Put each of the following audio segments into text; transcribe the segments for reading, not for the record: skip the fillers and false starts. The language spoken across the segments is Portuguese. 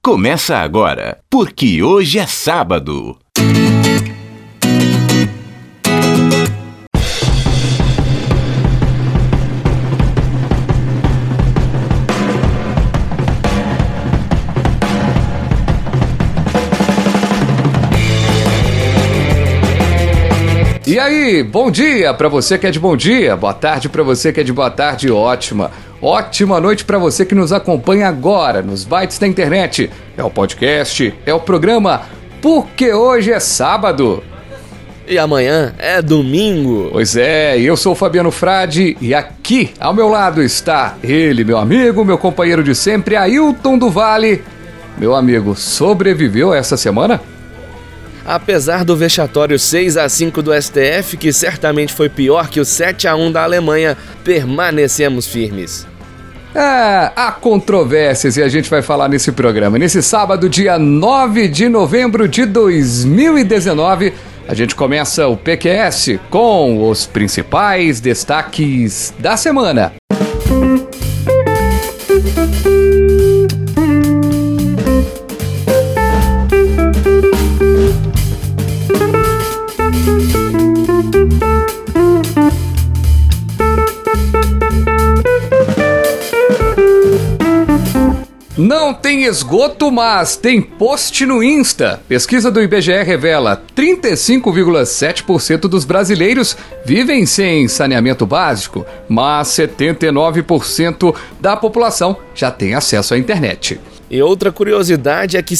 começa agora, porque hoje é sábado. E aí, bom dia pra você que é de bom dia, boa tarde pra você que é de boa tarde, ótima noite pra você que nos acompanha agora nos bytes da internet. É o podcast, é o programa Porque Hoje é Sábado. E amanhã é domingo. Pois é, eu sou o Fabiano Frade e aqui ao meu lado está ele, meu amigo, meu companheiro de sempre, Ailton do Vale. Meu amigo, sobreviveu essa semana? Apesar do vexatório 6-5 do STF, que certamente foi pior que o 7-1 da Alemanha, permanecemos firmes. Há controvérsias e a gente vai falar nesse programa. Nesse sábado, dia 9 de novembro de 2019, a gente começa o PQS com os principais destaques da semana. Não tem esgoto, mas tem post no Insta. Pesquisa do IBGE revela 35,7% dos brasileiros vivem sem saneamento básico, mas 79% da população já tem acesso à internet. E outra curiosidade é que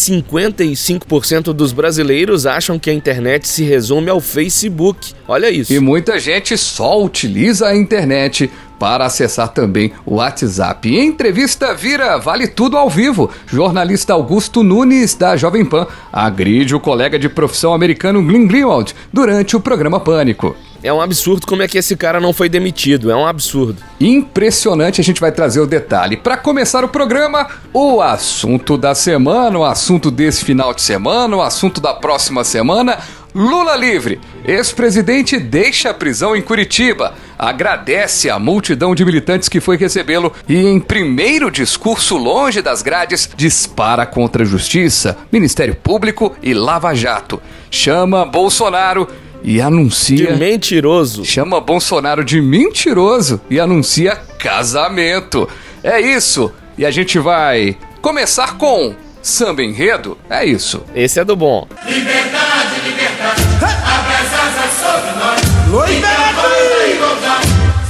55% dos brasileiros acham que a internet se resume ao Facebook. Olha isso. E muita gente só utiliza a internet para acessar também o WhatsApp. Em entrevista vira Vale Tudo ao vivo. Jornalista Augusto Nunes, da Jovem Pan, agride o colega de profissão americano Glenn Greenwald durante o programa Pânico. É um absurdo como é que esse cara não foi demitido, é um absurdo. Impressionante, a gente vai trazer o detalhe. Para começar o programa, o assunto da semana, o assunto desse final de semana, o assunto da próxima semana. Lula livre. Ex-presidente deixa a prisão em Curitiba, agradece a multidão de militantes que foi recebê-lo e, em primeiro discurso longe das grades, dispara contra a Justiça, Ministério Público e Lava Jato. Chama Bolsonaro e anuncia... De mentiroso. Chama Bolsonaro de mentiroso e anuncia casamento. É isso. E a gente vai começar com Samba Enredo. É isso. Esse é do bom. Liberdade, liberdade, abre as asas sobre nós. Liberdade, igualdade,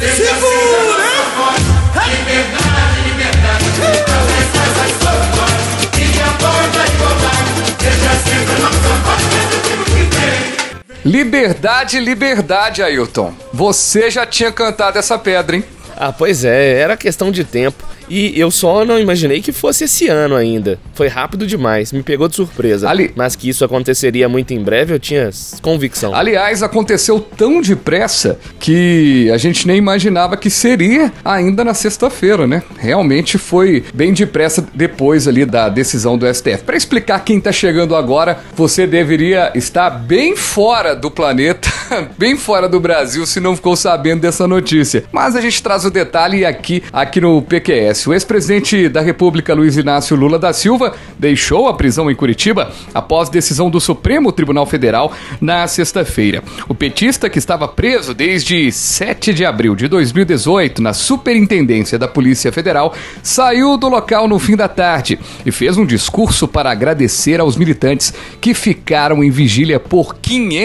segura essa voz. Liberdade, liberdade, abre as asas sobre nós. E que a porta da igualdade seja sempre a nossa voz, seja o que tem. Liberdade, liberdade, Ailton. Você já tinha cantado essa pedra, hein? Ah, pois é, era questão de tempo. E eu só não imaginei que fosse esse ano ainda. Foi rápido demais, me pegou de surpresa. Mas que isso aconteceria muito em breve, eu tinha convicção. Aliás, aconteceu tão depressa que a gente nem imaginava que seria ainda na sexta-feira, né? Realmente foi bem depressa depois ali da decisão do STF. Para explicar quem tá chegando agora, você deveria estar bem fora do planeta, bem fora do Brasil, se não ficou sabendo dessa notícia. Mas a gente traz o detalhe aqui no PQS. O ex-presidente da República, Luiz Inácio Lula da Silva, deixou a prisão em Curitiba após decisão do Supremo Tribunal Federal na sexta-feira. O petista, que estava preso desde 7 de abril de 2018 na Superintendência da Polícia Federal, saiu do local no fim da tarde e fez um discurso para agradecer aos militantes que ficaram em vigília por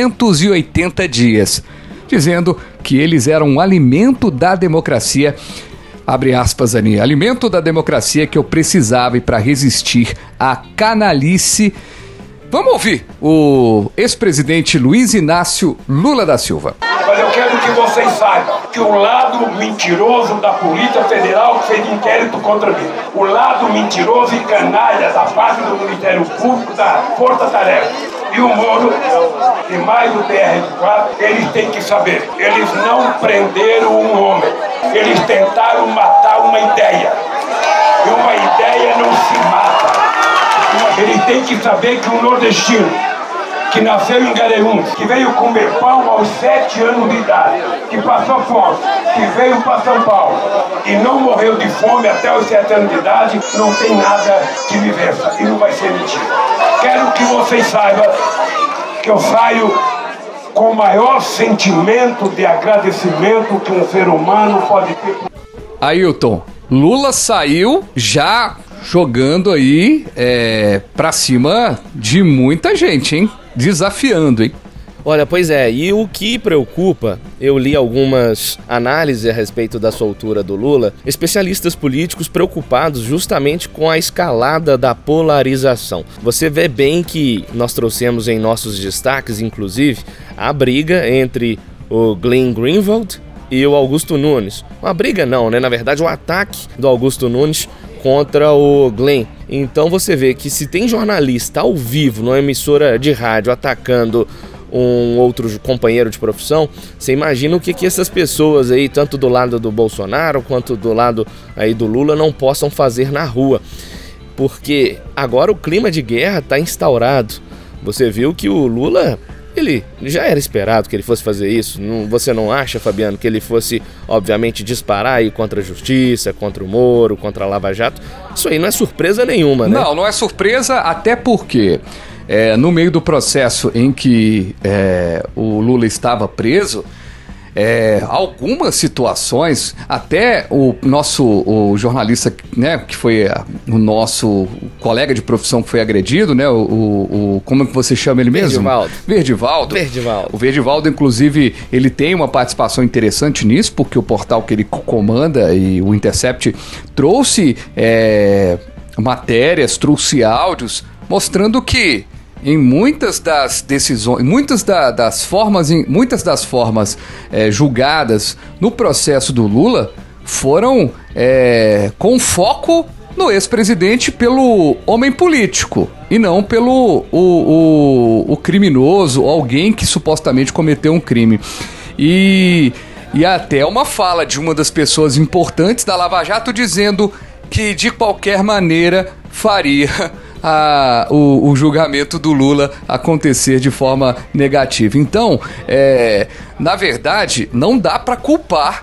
580 dias, dizendo que eles eram um alimento da democracia. Abre aspas, Ani, alimento da democracia que eu precisava para resistir à canalice. Vamos ouvir o ex-presidente Luiz Inácio Lula da Silva. Mas eu quero que vocês saibam que o lado mentiroso da Polícia Federal fez inquérito contra mim. O lado mentiroso e canalha da parte do Ministério Público, da Força Tarefa. E o Moro, e mais o TRF4, eles têm que saber. Eles não prenderam um homem. Eles tentaram matar uma ideia. E uma ideia não se mata. Eles têm que saber que o nordestino que nasceu em Garanhuns, que veio comer pão aos 7 anos de idade, que passou fome, que veio para São Paulo e não morreu de fome até os 7 anos de idade, não tem nada que me vença e não vai ser mentira. Quero que vocês saibam que eu saio com o maior sentimento de agradecimento que um ser humano pode ter. Ailton, Lula saiu já jogando aí pra cima de muita gente, hein? Desafiando, hein? Olha, pois é, e o que preocupa, eu li algumas análises a respeito da soltura do Lula, especialistas políticos preocupados justamente com a escalada da polarização. Você vê bem que nós trouxemos em nossos destaques, inclusive, a briga entre o Glenn Greenwald e o Augusto Nunes. Uma briga não, né? Na verdade, o ataque do Augusto Nunes contra o Glenn. Então você vê que se tem jornalista ao vivo numa emissora de rádio atacando um outro companheiro de profissão, você imagina o que essas pessoas aí, tanto do lado do Bolsonaro quanto do lado aí do Lula, não possam fazer na rua. Porque agora o clima de guerra está instaurado. Você viu que o Lula, ele já era esperado que ele fosse fazer isso. Você não acha, Fabiano, que ele fosse, obviamente, disparar aí contra a Justiça, contra o Moro, contra a Lava Jato? Isso aí não é surpresa nenhuma, né? Não é surpresa, até porque no meio do processo em que o Lula estava preso, algumas situações, até o jornalista, né, que foi o nosso colega de profissão que foi agredido, né, como é que você chama ele mesmo? Verdivaldo. O Verdivaldo, inclusive, ele tem uma participação interessante nisso, porque o portal que ele comanda, e o Intercept, trouxe matérias, trouxe áudios, mostrando que em muitas das decisões, muitas das formas julgadas no processo do Lula foram com foco no ex-presidente pelo homem político e não pelo o criminoso, alguém que supostamente cometeu um crime. E até uma fala de uma das pessoas importantes da Lava Jato dizendo que de qualquer maneira faria o julgamento do Lula acontecer de forma negativa. Então, na verdade, não dá para culpar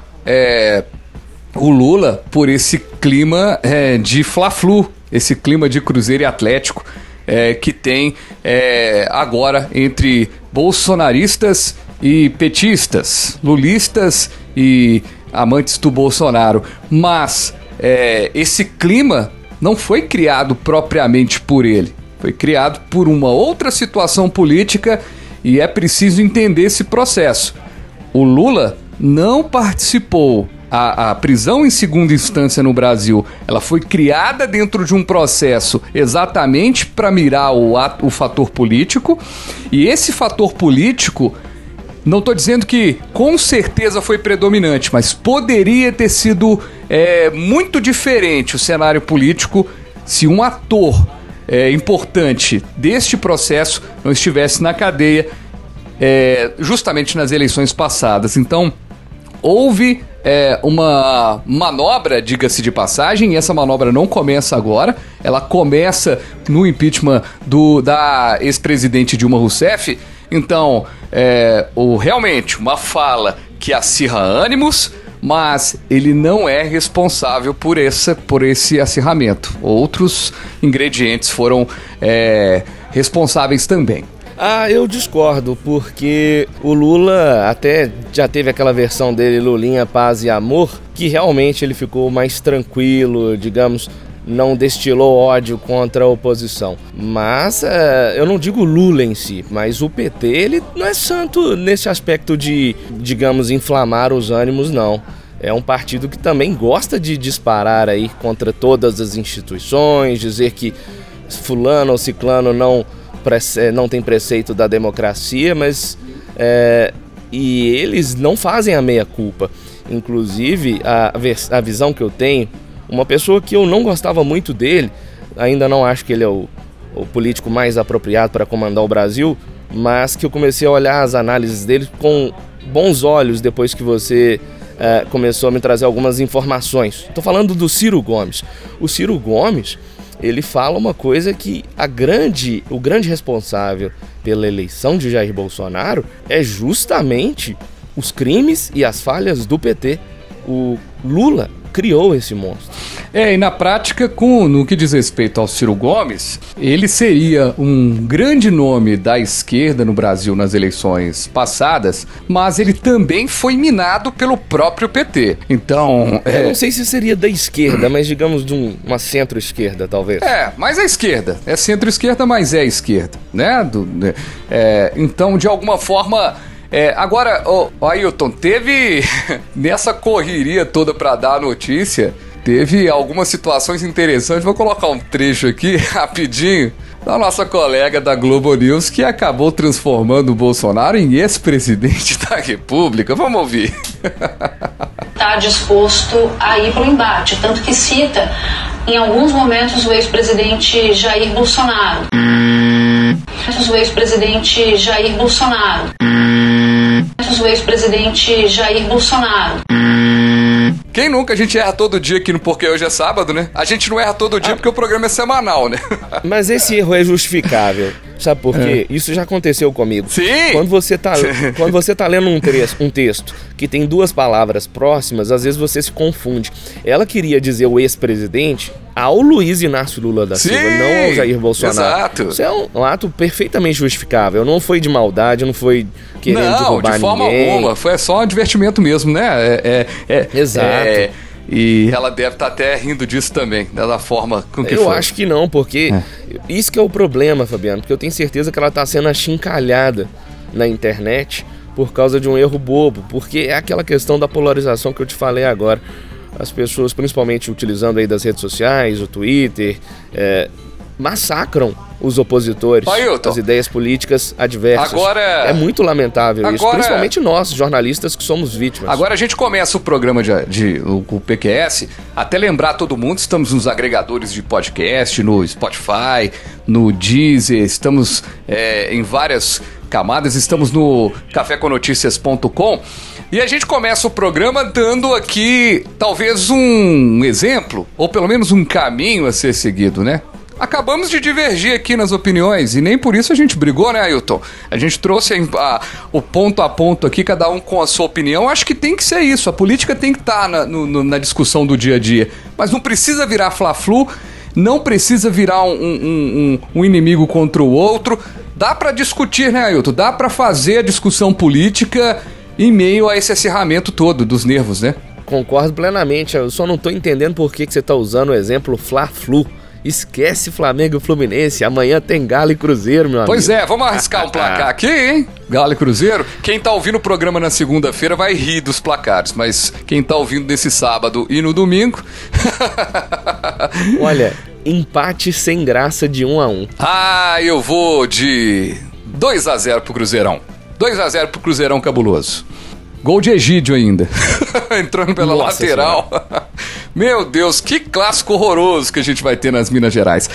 o Lula por esse clima de Fla-Flu, esse clima de Cruzeiro e Atlético que tem agora entre bolsonaristas e petistas, lulistas e amantes do Bolsonaro. Mas esse clima não foi criado propriamente por ele, foi criado por uma outra situação política e é preciso entender esse processo. O Lula não participou, a prisão em segunda instância no Brasil, ela foi criada dentro de um processo exatamente para mirar o fator político, e esse fator político, não estou dizendo que com certeza foi predominante, mas poderia ter sido muito diferente o cenário político se um ator importante deste processo não estivesse na cadeia justamente nas eleições passadas. Então, houve uma manobra, diga-se de passagem, e essa manobra não começa agora, ela começa no impeachment da ex-presidente Dilma Rousseff. Então, realmente uma fala que acirra ânimos, mas ele não é responsável por esse acirramento. Outros ingredientes foram responsáveis também. Eu discordo, porque o Lula até já teve aquela versão dele, Lulinha, Paz e Amor, que realmente ele ficou mais tranquilo, digamos, não destilou ódio contra a oposição. Mas eu não digo Lula em si, mas o PT, ele não é santo nesse aspecto de, digamos, inflamar os ânimos, não. É um partido que também gosta de disparar aí contra todas as instituições, dizer que fulano ou ciclano não tem preceito da democracia, mas e eles não fazem a meia-culpa. Inclusive, a visão que eu tenho, uma pessoa que eu não gostava muito dele, ainda não acho que ele é o político mais apropriado para comandar o Brasil, mas que eu comecei a olhar as análises dele com bons olhos depois que você começou a me trazer algumas informações. Estou falando do Ciro Gomes. O Ciro Gomes, ele fala uma coisa que o grande responsável pela eleição de Jair Bolsonaro é justamente os crimes e as falhas do PT. O Lula criou esse monstro. E na prática, no que diz respeito ao Ciro Gomes, ele seria um grande nome da esquerda no Brasil nas eleições passadas, mas ele também foi minado pelo próprio PT. Então... Eu não sei se seria da esquerda, mas digamos de uma centro-esquerda, talvez. Mas é esquerda. É centro-esquerda, mas é esquerda, né? Então, de alguma forma... Agora, Ailton, teve nessa correria toda pra dar a notícia, teve algumas situações interessantes. Vou colocar um trecho aqui, rapidinho, da nossa colega da Globo News, que acabou transformando o Bolsonaro em ex-presidente da República. Vamos ouvir. Está disposto a ir para o embate, tanto que cita, em alguns momentos, o ex-presidente Jair Bolsonaro. O ex-presidente Jair Bolsonaro. O ex-presidente Jair Bolsonaro. Quem nunca? A gente erra todo dia aqui no Porque Hoje é Sábado, né? A gente não erra todo dia porque o programa é semanal, né? Mas esse erro é justificável. Sabe por quê? Isso já aconteceu comigo. Sim! Quando você tá lendo um texto que tem duas palavras próximas, às vezes você se confunde. Ela queria dizer o ex-presidente ao Luiz Inácio Lula da Silva, não ao Jair Bolsonaro. Exato. Isso é um ato perfeitamente justificável. Não foi de maldade, não foi querendo derrubar ninguém. Não, de forma alguma. Foi só um divertimento mesmo, né? Exato. E ela deve estar até rindo disso também, da forma com que foi. Eu foi. acho que não, porque isso que é o problema, Fabiano, porque eu tenho certeza que ela está sendo achincalhada na internet por causa de um erro bobo, porque é aquela questão da polarização que eu te falei agora. As pessoas, principalmente utilizando aí das redes sociais, o Twitter, massacram os opositores, as ideias políticas adversas. Agora, é muito lamentável isso, principalmente nós, jornalistas, que somos vítimas. Agora a gente começa o programa o PQS, até lembrar todo mundo, estamos nos agregadores de podcast, no Spotify, no Deezer, estamos em várias camadas, estamos no cafécomnoticias.com e a gente começa o programa dando aqui talvez um exemplo, ou pelo menos um caminho a ser seguido, né? Acabamos de divergir aqui nas opiniões e nem por isso a gente brigou, né, Ailton? A gente trouxe o ponto a ponto aqui, cada um com a sua opinião. Acho que tem que ser isso. A política tem que estar na discussão do dia a dia. Mas não precisa virar fla-flu, não precisa virar um inimigo contra o outro. Dá pra discutir, né, Ailton? Dá pra fazer a discussão política em meio a esse acirramento todo dos nervos, né? Concordo plenamente. Eu só não tô entendendo por que você tá usando o exemplo fla-flu. Esquece Flamengo e Fluminense, amanhã tem Galo e Cruzeiro, meu amigo. Pois é, vamos arriscar um placar aqui, hein? Galo e Cruzeiro. Quem tá ouvindo o programa na segunda-feira vai rir dos placares, mas quem tá ouvindo nesse sábado e no domingo... Olha, empate sem graça de 1-1. Eu vou de 2-0 pro Cruzeirão. 2-0 pro Cruzeirão cabuloso. Gol de Egídio ainda. Entrando pela lateral. Meu Deus, que clássico horroroso que a gente vai ter nas Minas Gerais.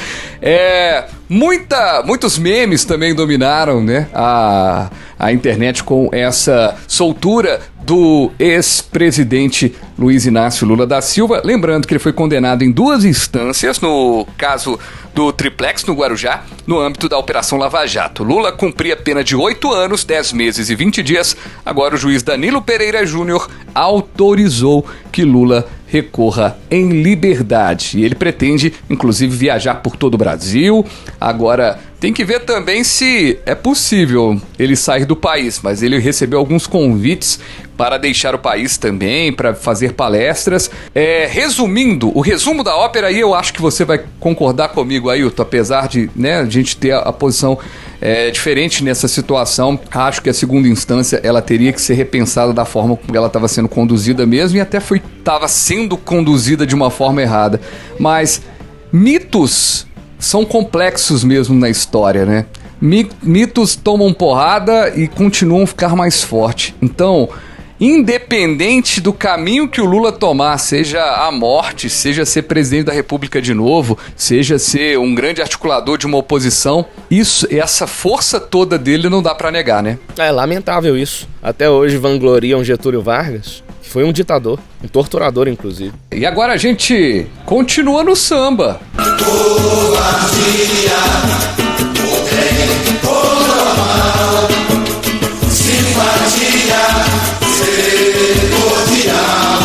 Muitos memes também dominaram, né, a internet com essa soltura do ex-presidente Luiz Inácio Lula da Silva. Lembrando que ele foi condenado em 2 instâncias, no caso do Triplex, no Guarujá, no âmbito da Operação Lava Jato. Lula cumpria pena de 8 anos, 10 meses e 20 dias. Agora o juiz Danilo Pereira Júnior autorizou que Lula recorra em liberdade. E ele pretende, inclusive, viajar por todo o Brasil. Agora, tem que ver também se é possível ele sair do país, mas ele recebeu alguns convites para deixar o país também, para fazer palestras. Resumindo, o resumo da ópera aí, eu acho que você vai concordar comigo, Ailton, apesar de, né, a gente ter a posição diferente nessa situação. Acho que a segunda instância ela teria que ser repensada da forma como ela estava sendo conduzida mesmo, e até estava sendo conduzida de uma forma errada. Mas mitos são complexos mesmo na história, né? Mitos tomam porrada e continuam a ficar mais forte. Então, independente do caminho que o Lula tomar, seja a morte, seja ser presidente da República de novo, seja ser um grande articulador de uma oposição, essa força toda dele não dá pra negar, né? É lamentável isso. Até hoje vangloriam Getúlio Vargas, que foi um ditador, um torturador, inclusive. E agora a gente continua no samba. Covardia, o bem contra o mal, simpatia, ser cordial,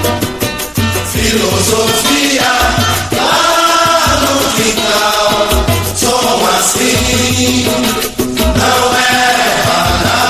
filosofia, lá no quintal, som assim, não erra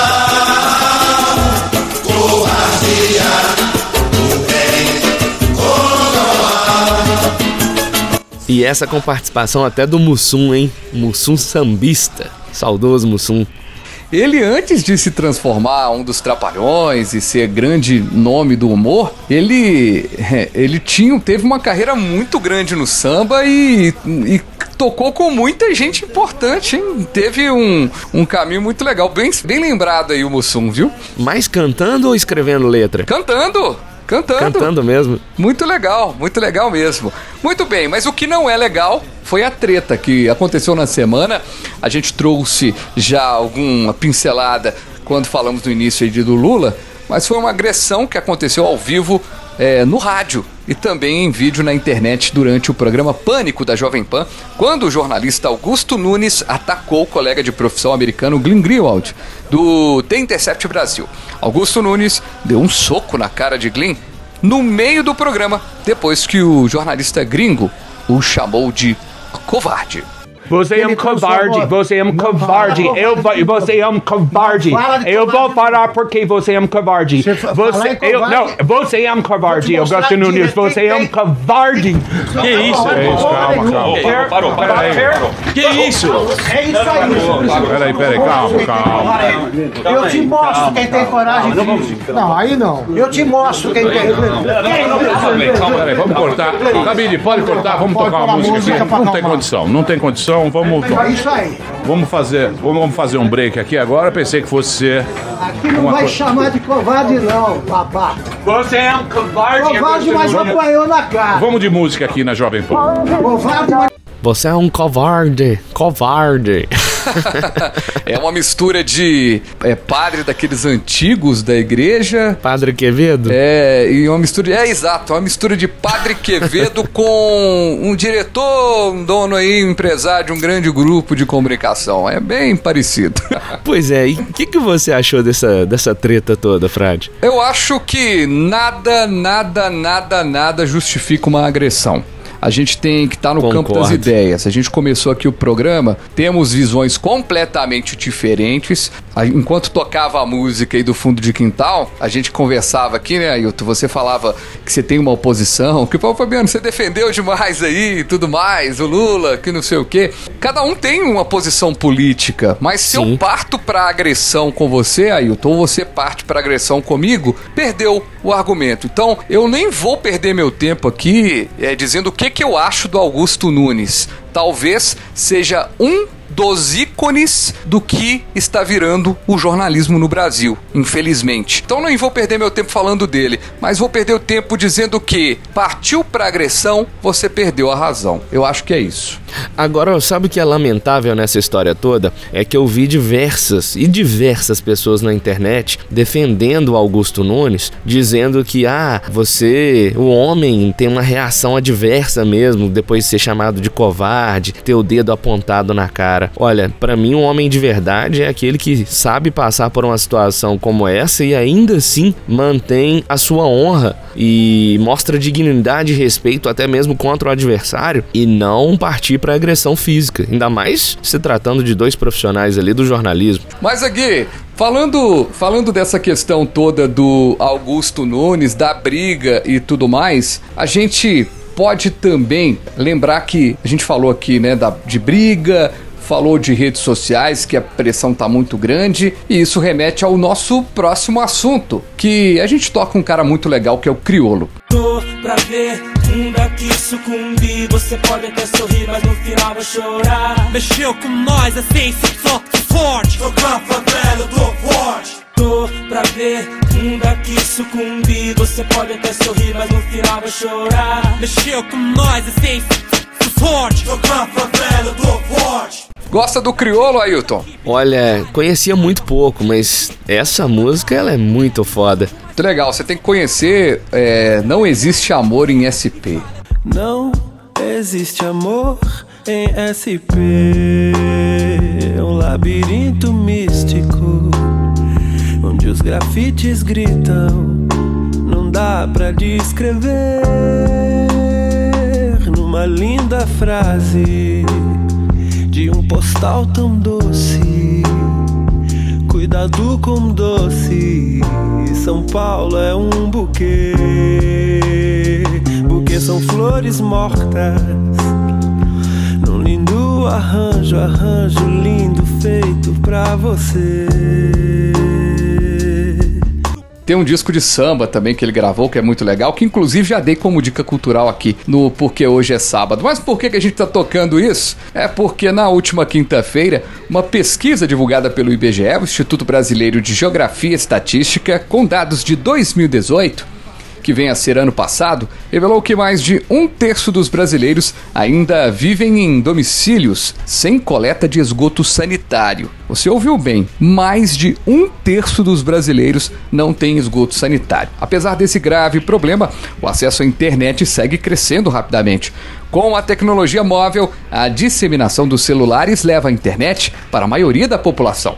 não, covardia, o bem contra o mal. E essa com participação até do Mussum, hein? Mussum sambista. Saudoso Mussum. Ele, antes de se transformar um dos Trapalhões e ser grande nome do humor, ele teve uma carreira muito grande no samba e tocou com muita gente importante, hein? Teve um caminho muito legal. Bem lembrado aí o Mussum, viu? Mas cantando ou escrevendo letra? Cantando mesmo. Muito legal mesmo. Muito bem, mas o que não é legal foi a treta que aconteceu na semana. A gente trouxe já alguma pincelada quando falamos no início aí do Lula, mas foi uma agressão que aconteceu ao vivo no rádio e também em vídeo na internet durante o programa Pânico da Jovem Pan, quando o jornalista Augusto Nunes atacou o colega de profissão americano Glenn Greenwald, do The Intercept Brasil. Augusto Nunes deu um soco na cara de Glenn no meio do programa, depois que o jornalista gringo o chamou de covarde. Você é um covarde, você é um covarde, você é um covarde. Eu vou falar porque você é um covarde. Você é um covarde, Augusto Nunes, você é um covarde. Que isso? Calma. Parou. Que isso? É isso aí. Peraí, calma. Eu te mostro quem tem coragem de... Não, aí não. Eu te mostro quem tem... Peraí, vamos cortar. Cabide, pode cortar, vamos tocar uma música aqui. Não tem condição. É isso aí. Vamos fazer um break aqui agora. Pensei que fosse ser. Aqui não vai chamar de covarde, não, babá. Você é um covarde. Covarde, mas apanhou na cara. Vamos de música aqui na Jovem Pan. Covarde, mas... Você é um covarde. É uma mistura de padre daqueles antigos da igreja. Padre Quevedo? E uma mistura... exato. Uma mistura de Padre Quevedo com um diretor, um dono aí, um empresário de um grande grupo de comunicação. É bem parecido. Pois é. E o que você achou dessa treta toda, Frade? Eu acho que nada justifica uma agressão. A gente tem que estar no campo das ideias. A gente começou aqui o programa, temos visões completamente diferentes. Enquanto tocava a música aí do fundo de quintal, a gente conversava aqui, né, Ailton? Você falava que você tem uma oposição, que, pô, Fabiano, você defendeu demais aí e tudo mais, o Lula, que não sei o quê. Cada um tem uma posição política, mas se eu parto pra agressão com você, Ailton, ou você parte pra agressão comigo, perdeu o argumento. Então, eu nem vou perder meu tempo aqui dizendo o que eu acho do Augusto Nunes. Talvez seja um dos ícones do que está virando o jornalismo no Brasil, infelizmente. Então não vou perder meu tempo falando dele, mas vou perder o tempo dizendo que partiu para agressão, você perdeu a razão. Eu acho que é isso. Agora, sabe o que é lamentável nessa história toda? É que eu vi diversas pessoas na internet defendendo o Augusto Nunes, dizendo que, o homem tem uma reação adversa mesmo, depois de ser chamado de covarde, ter o dedo apontado na cara. Olha, pra mim, um homem de verdade é aquele que sabe passar por uma situação como essa e ainda assim mantém a sua honra e mostra dignidade e respeito até mesmo contra o adversário e não partir pra agressão física, ainda mais se tratando de dois profissionais ali do jornalismo. Mas aqui, falando dessa questão toda do Augusto Nunes, da briga e tudo mais, a gente pode também lembrar que a gente falou aqui, né, de briga, falou de redes sociais, que a pressão tá muito grande, e isso remete ao nosso próximo assunto, que a gente toca um cara muito legal, que é o Criolo. Tô pra ver um daqui sucumbir, você pode até sorrir, mas no final vai chorar. Mexeu com nós assim, só forte. Tô com a favela, tô forte. Tô pra ver um daqui sucumbir, você pode até sorrir, mas no final vai chorar. Mexeu com nós assim, forte. Tô com a favela, tô forte. Gosta do Criolo, Ailton? Olha, conhecia muito pouco, mas essa música ela é muito foda. Muito legal, você tem que conhecer Não Existe Amor em SP. Não existe amor em SP. É um labirinto místico, onde os grafites gritam, não dá pra descrever numa linda frase de um postal tão doce. Cuidado com doce, São Paulo é um buquê. Buquê são flores mortas, num lindo arranjo, arranjo lindo feito pra você. Tem um disco de samba também que ele gravou, que é muito legal, que inclusive já dei como dica cultural aqui no Porque Hoje é Sábado. Mas por que a gente tá tocando isso? É porque na última quinta-feira, uma pesquisa divulgada pelo IBGE, o Instituto Brasileiro de Geografia e Estatística, com dados de 2018, que vem a ser ano passado, revelou que mais de 1/3 dos brasileiros ainda vivem em domicílios sem coleta de esgoto sanitário. Você ouviu bem, mais de 1/3 dos brasileiros não tem esgoto sanitário. Apesar desse grave problema, o acesso à internet segue crescendo rapidamente. Com a tecnologia móvel, a disseminação dos celulares leva a internet para a maioria da população.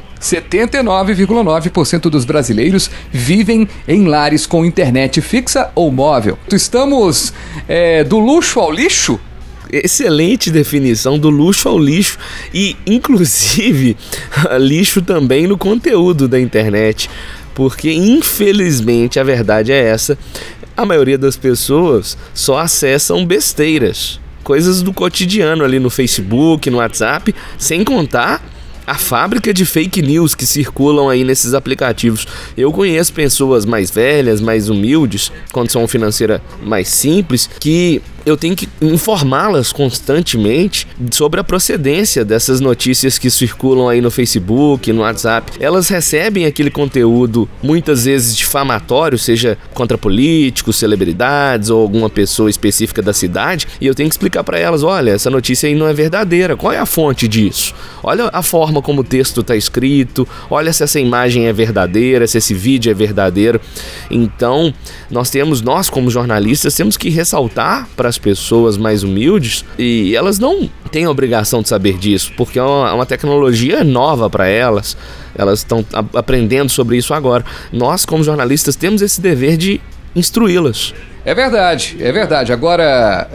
79,9% dos brasileiros vivem em lares com internet fixa ou móvel. Estamos do luxo ao lixo? Excelente definição, do luxo ao lixo, e inclusive lixo também no conteúdo da internet, porque infelizmente a verdade é essa, a maioria das pessoas só acessam besteiras, coisas do cotidiano ali no Facebook, no WhatsApp, sem contar a fábrica de fake news que circulam aí nesses aplicativos. Eu conheço pessoas mais velhas, mais humildes, condição financeira mais simples, que eu tenho que informá-las constantemente sobre a procedência dessas notícias que circulam aí no Facebook, no WhatsApp. Elas recebem aquele conteúdo muitas vezes difamatório, seja contra políticos, celebridades ou alguma pessoa específica da cidade, e eu tenho que explicar para elas: olha, essa notícia aí não é verdadeira, qual é a fonte disso? Olha a forma como o texto está escrito, olha se essa imagem é verdadeira, se esse vídeo é verdadeiro. Então, nós como jornalistas temos que ressaltar para as pessoas mais humildes, e elas não têm a obrigação de saber disso, porque é uma tecnologia nova para elas estão aprendendo sobre isso agora. Nós, como jornalistas, temos esse dever de instruí-las. É verdade. Agora,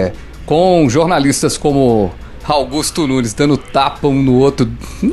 com jornalistas como Augusto Nunes dando tapa um no outro,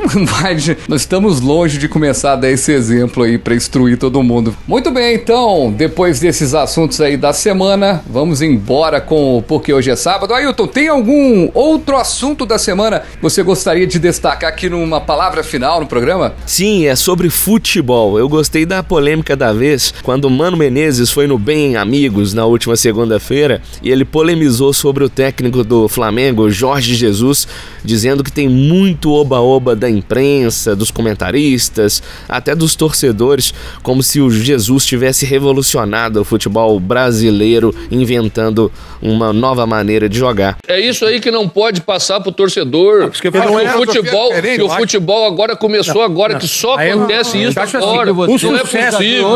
nós estamos longe de começar a dar esse exemplo aí para instruir todo mundo. Muito bem, então, depois desses assuntos aí da semana, vamos embora com o Porque Hoje é Sábado. Ailton, tem algum outro assunto da semana que você gostaria de destacar aqui numa palavra final no programa? Sim, é sobre futebol. Eu gostei da polêmica da vez, quando o Mano Menezes foi no Bem Amigos na última segunda-feira, e ele polemizou sobre o técnico do Flamengo, Jorge Jesus, dizendo que tem muito oba-oba da imprensa, dos comentaristas, até dos torcedores, como se o Jesus tivesse revolucionado o futebol brasileiro, inventando uma nova maneira de jogar. É isso aí que não pode passar pro torcedor. O futebol agora começou agora, que só acontece isso agora. Não é possível.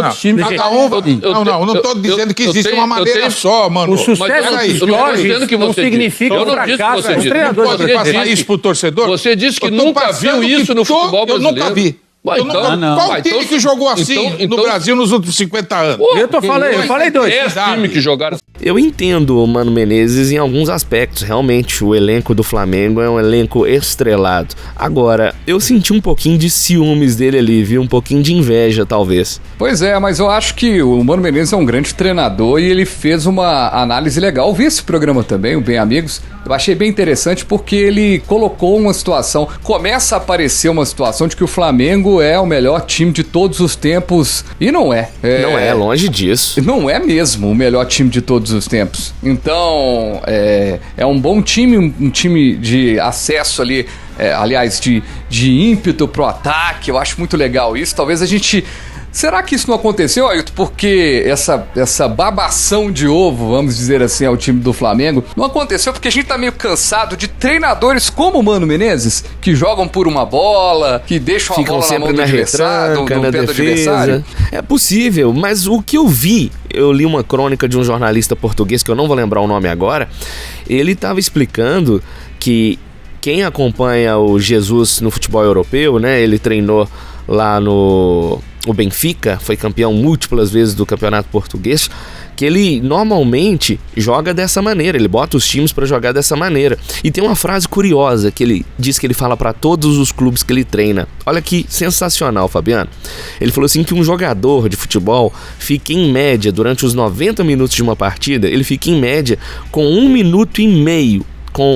Não tô dizendo que existe uma maneira só, mano. O sucesso não significa o fracasso dos treinadores. Pode passar isso pro torcedor? Você disse que nunca viu isso no futebol brasileiro. Eu nunca vi. Qual time que jogou assim no Brasil nos últimos 50 anos? Eu falei dois. 10 times que jogaram. Eu entendo o Mano Menezes em alguns aspectos. Realmente, o elenco do Flamengo é um elenco estrelado. Agora, eu senti um pouquinho de ciúmes dele ali, viu? Um pouquinho de inveja, talvez. Pois é, mas eu acho que o Mano Menezes é um grande treinador e ele fez uma análise legal. Eu vi esse programa também, o Bem Amigos. Eu achei bem interessante porque ele colocou uma situação, começa a aparecer uma situação de que o Flamengo é o melhor time de todos os tempos, e não é. Não é, longe disso. Não é mesmo o melhor time de todos os tempos. Então, é um bom time, um time de acesso ali, aliás, de ímpeto pro ataque. Eu acho muito legal isso. Talvez a gente Será que isso não aconteceu, Ailton, porque essa babação de ovo, vamos dizer assim, ao time do Flamengo, não aconteceu porque a gente tá meio cansado de treinadores como o Mano Menezes, que jogam por uma bola, que deixam a bola na mão do adversário, do pé do adversário? É possível, mas o que eu li uma crônica de um jornalista português, que eu não vou lembrar o nome agora, ele estava explicando que quem acompanha o Jesus no futebol europeu, né, ele treinou lá no Benfica, foi campeão múltiplas vezes do campeonato português, que ele normalmente joga dessa maneira, ele bota os times para jogar dessa maneira. E tem uma frase curiosa que ele diz que ele fala para todos os clubes que ele treina. Olha que sensacional, Fabiano. Ele falou assim que um jogador de futebol fica em média, durante os 90 minutos de uma partida, ele fica em média com 1 minuto e meio com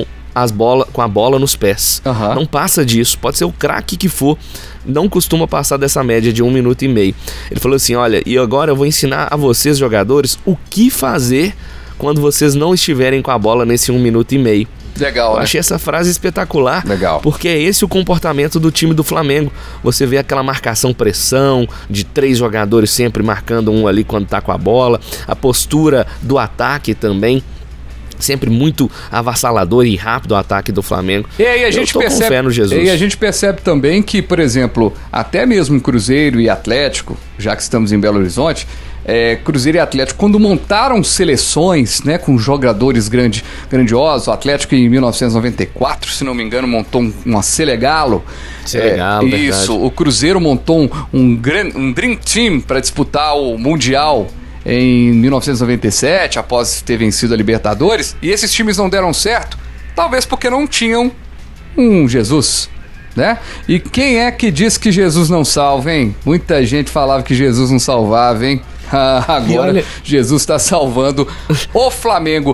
a bola nos pés. Não passa disso, pode ser o craque que for, não costuma passar dessa média de 1 minuto e meio. Ele falou assim, olha, e agora eu vou ensinar a vocês, jogadores, o que fazer quando vocês não estiverem com a bola nesse 1 minuto e meio. Legal, eu achei essa frase espetacular. Legal. Porque é esse o comportamento do time do Flamengo. Você vê aquela marcação-pressão de 3 jogadores sempre marcando um ali quando tá com a bola, a postura do ataque também, sempre muito avassalador e rápido o ataque do Flamengo. E aí a gente percebe, com fé no Jesus. E a gente percebe também que, por exemplo, até mesmo Cruzeiro e Atlético, já que estamos em Belo Horizonte, Cruzeiro e Atlético, quando montaram seleções, né, com jogadores grandiosos, o Atlético em 1994, se não me engano, montou uma Selegalo. Selegalo, isso, verdade. O Cruzeiro montou um Dream Team para disputar o Mundial em 1997, após ter vencido a Libertadores, e esses times não deram certo, talvez porque não tinham um Jesus, né? E quem é que diz que Jesus não salva, hein? Muita gente falava que Jesus não salvava, hein? Agora olha, Jesus está salvando o Flamengo.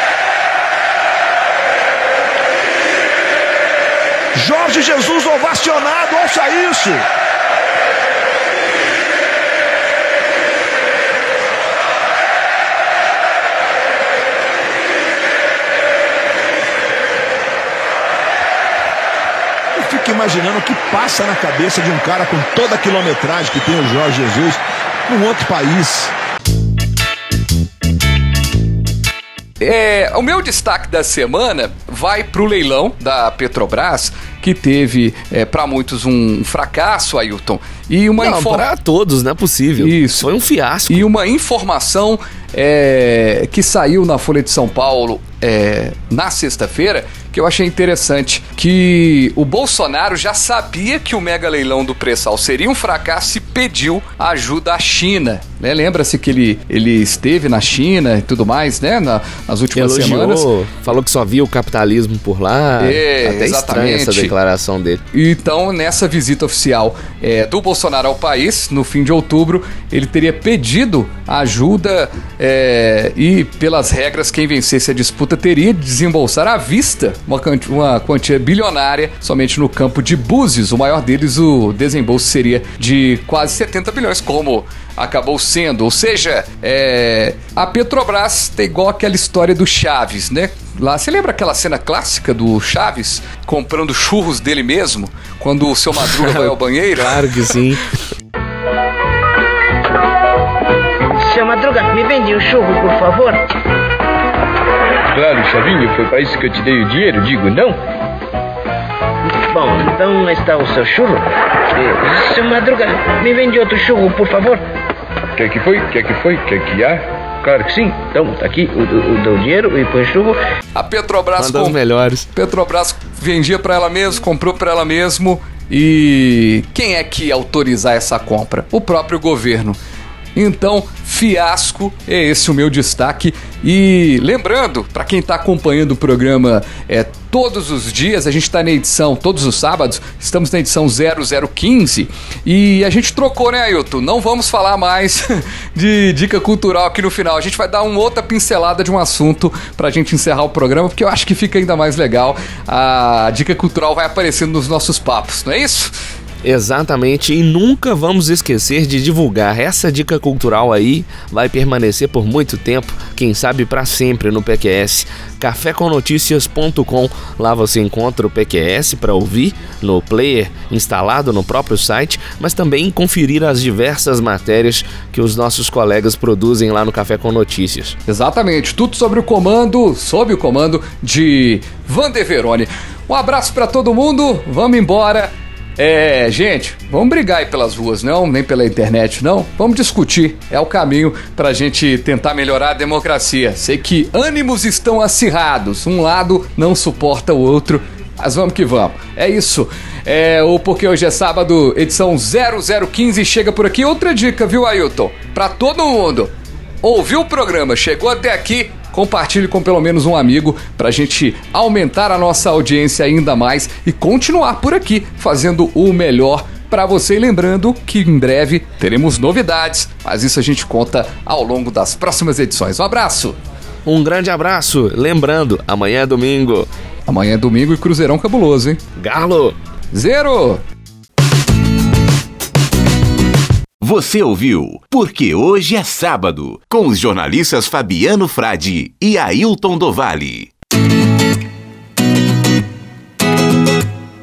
Jorge Jesus ovacionado, ouça isso! Fico imaginando o que passa na cabeça de um cara com toda a quilometragem que tem o Jorge Jesus num outro país. O meu destaque da semana vai pro leilão da Petrobras, que teve, para muitos, um fracasso, Ailton. E para todos, não é possível. Isso. Foi um fiasco. E uma informação que saiu na Folha de São Paulo na sexta-feira, que eu achei interessante, que o Bolsonaro já sabia que o mega leilão do pré-sal seria um fracasso e pediu ajuda à China, né? Lembra-se que ele esteve na China e tudo mais, né? Nas últimas semanas. Falou que só via o capitalismo por lá. Até estranha essa declaração dele. Então, nessa visita oficial do Bolsonaro ao país, no fim de outubro, ele teria pedido ajuda e, pelas regras, quem vencesse a disputa teria de desembolsar à vista uma quantia bilionária somente no campo de Búzios. O maior deles, o desembolso seria de quase 70 bilhões, como acabou sendo. Ou seja, a Petrobras tem igual aquela história do Chaves, né? Lá, você lembra aquela cena clássica do Chaves comprando churros dele mesmo, quando o seu Madruga vai ao banheiro? Claro que sim. Seu Madruga, me vende um churro, por favor. Claro, Chavinho, foi para isso que eu te dei o dinheiro, digo não? Bom, então está o seu churro. Seu Madruga, me vende outro churro, por favor. Quer que foi? Quer que há? Claro que sim. Então, tá aqui o dinheiro e põe churro. A Petrobras... Uma das melhores. Petrobras vendia para ela mesma, comprou para ela mesma. E quem é que ia autorizar essa compra? O próprio governo. Então, fiasco, é esse o meu destaque. E lembrando, para quem está acompanhando o programa todos os dias, a gente está na edição, todos os sábados, estamos na edição 0015 e a gente trocou, né, Ailton? Não vamos falar mais de dica cultural aqui no final, a gente vai dar uma outra pincelada de um assunto para a gente encerrar o programa, porque eu acho que fica ainda mais legal. A dica cultural vai aparecendo nos nossos papos, não é isso? Exatamente, e nunca vamos esquecer de divulgar essa dica cultural aí, vai permanecer por muito tempo, quem sabe para sempre no PQS. cafécomnoticias.com, lá você encontra o PQS para ouvir no player instalado no próprio site, mas também conferir as diversas matérias que os nossos colegas produzem lá no Café com Notícias. Exatamente, tudo sob o comando de Vander Veroni. Um abraço para todo mundo, vamos embora. Gente, vamos brigar aí pelas ruas, não, nem pela internet, não. Vamos discutir, é o caminho pra gente tentar melhorar a democracia. Sei que ânimos estão acirrados, um lado não suporta o outro, mas vamos que vamos. É isso, o Porque Hoje é Sábado, edição 0015, chega por aqui. Outra dica, viu, Ailton? Pra todo mundo, ouviu o programa, chegou até aqui, compartilhe com pelo menos um amigo pra gente aumentar a nossa audiência ainda mais e continuar por aqui fazendo o melhor pra você. E lembrando que em breve teremos novidades, mas isso a gente conta ao longo das próximas edições. Um abraço! Um grande abraço, lembrando, amanhã é domingo. Amanhã é domingo e Cruzeirão cabuloso, hein? Galo! 0! Você ouviu Porque Hoje é Sábado, com os jornalistas Fabiano Frade e Ailton do Vale.